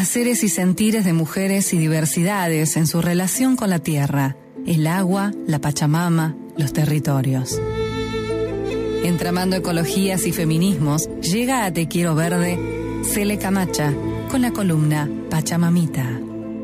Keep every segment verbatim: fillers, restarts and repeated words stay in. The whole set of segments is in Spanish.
haceres y sentires de mujeres y diversidades en su relación con la tierra, el agua, la Pachamama, los territorios. Entramando ecologías y feminismos, llega a Te Quiero Verde Cele Camacha con la columna Pachamamita.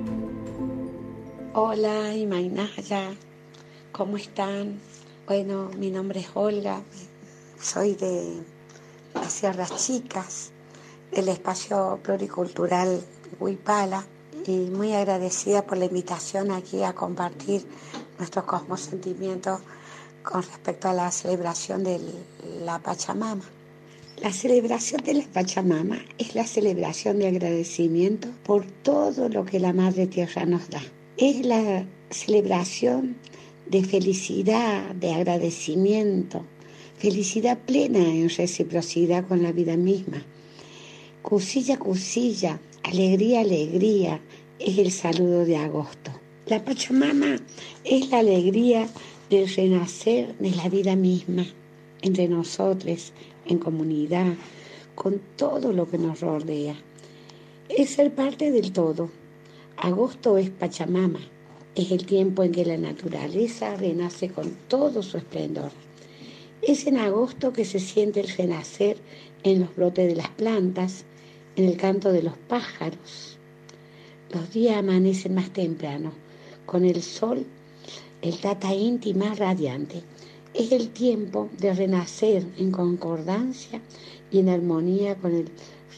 Hola, Imaynaya, ¿cómo están? Bueno, mi nombre es Olga, soy de las Sierras Chicas, del espacio pluricultural Huipala, y muy agradecida por la invitación aquí a compartir nuestros cosmosentimientos con respecto a la celebración de la Pachamama. La celebración de la Pachamama es la celebración de agradecimiento por todo lo que la Madre Tierra nos da. Es la celebración de felicidad, de agradecimiento, felicidad plena en reciprocidad con la vida misma. Cusilla, cusilla, alegría, alegría, es el saludo de agosto. La Pachamama es la alegría del renacer de la vida misma, entre nosotros, en comunidad, con todo lo que nos rodea. Es ser parte del todo. Agosto es Pachamama, es el tiempo en que la naturaleza renace con todo su esplendor. Es en agosto que se siente el renacer en los brotes de las plantas, en el canto de los pájaros. Los días amanecen más temprano, con el sol, el Tata Inti más radiante. Es el tiempo de renacer en concordancia y en armonía con el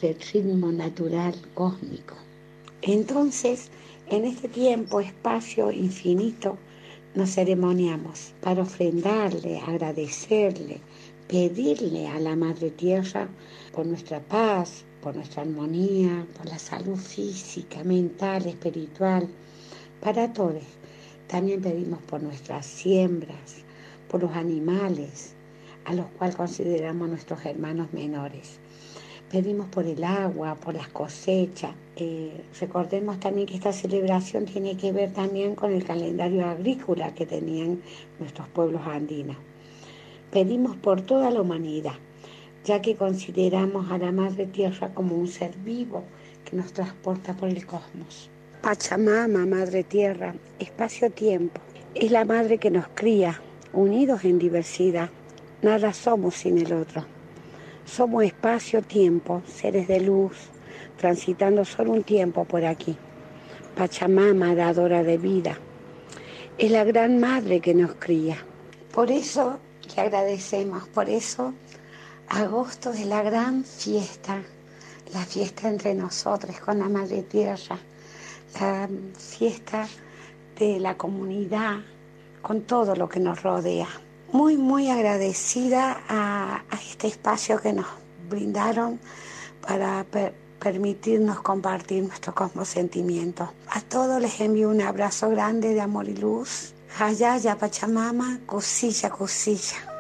ritmo natural cósmico. Entonces, en este tiempo, espacio infinito, nos ceremoniamos para ofrendarle, agradecerle, pedirle a la Madre Tierra por nuestra paz, por nuestra armonía, por la salud física, mental, espiritual, para todos. También pedimos por nuestras siembras, por los animales, a los cuales consideramos nuestros hermanos menores. Pedimos por el agua, por las cosechas. Eh, recordemos también que esta celebración tiene que ver también con el calendario agrícola que tenían nuestros pueblos andinos. Pedimos por toda la humanidad, ya que consideramos a la Madre Tierra como un ser vivo que nos transporta por el cosmos. Pachamama, Madre Tierra, espacio-tiempo, es la madre que nos cría, unidos en diversidad. Nada somos sin el otro. Somos espacio-tiempo, seres de luz, transitando solo un tiempo por aquí. Pachamama, dadora de vida, es la gran madre que nos cría. Por eso le agradecemos, por eso agosto es la gran fiesta, la fiesta entre nosotros con la Madre Tierra, la fiesta de la comunidad, con todo lo que nos rodea. Muy, muy agradecida a, a este espacio que nos brindaron para per, permitirnos compartir nuestros cosmosentimientos. A todos les envío un abrazo grande de amor y luz. Hayaya Pachamama, cosilla, cosilla.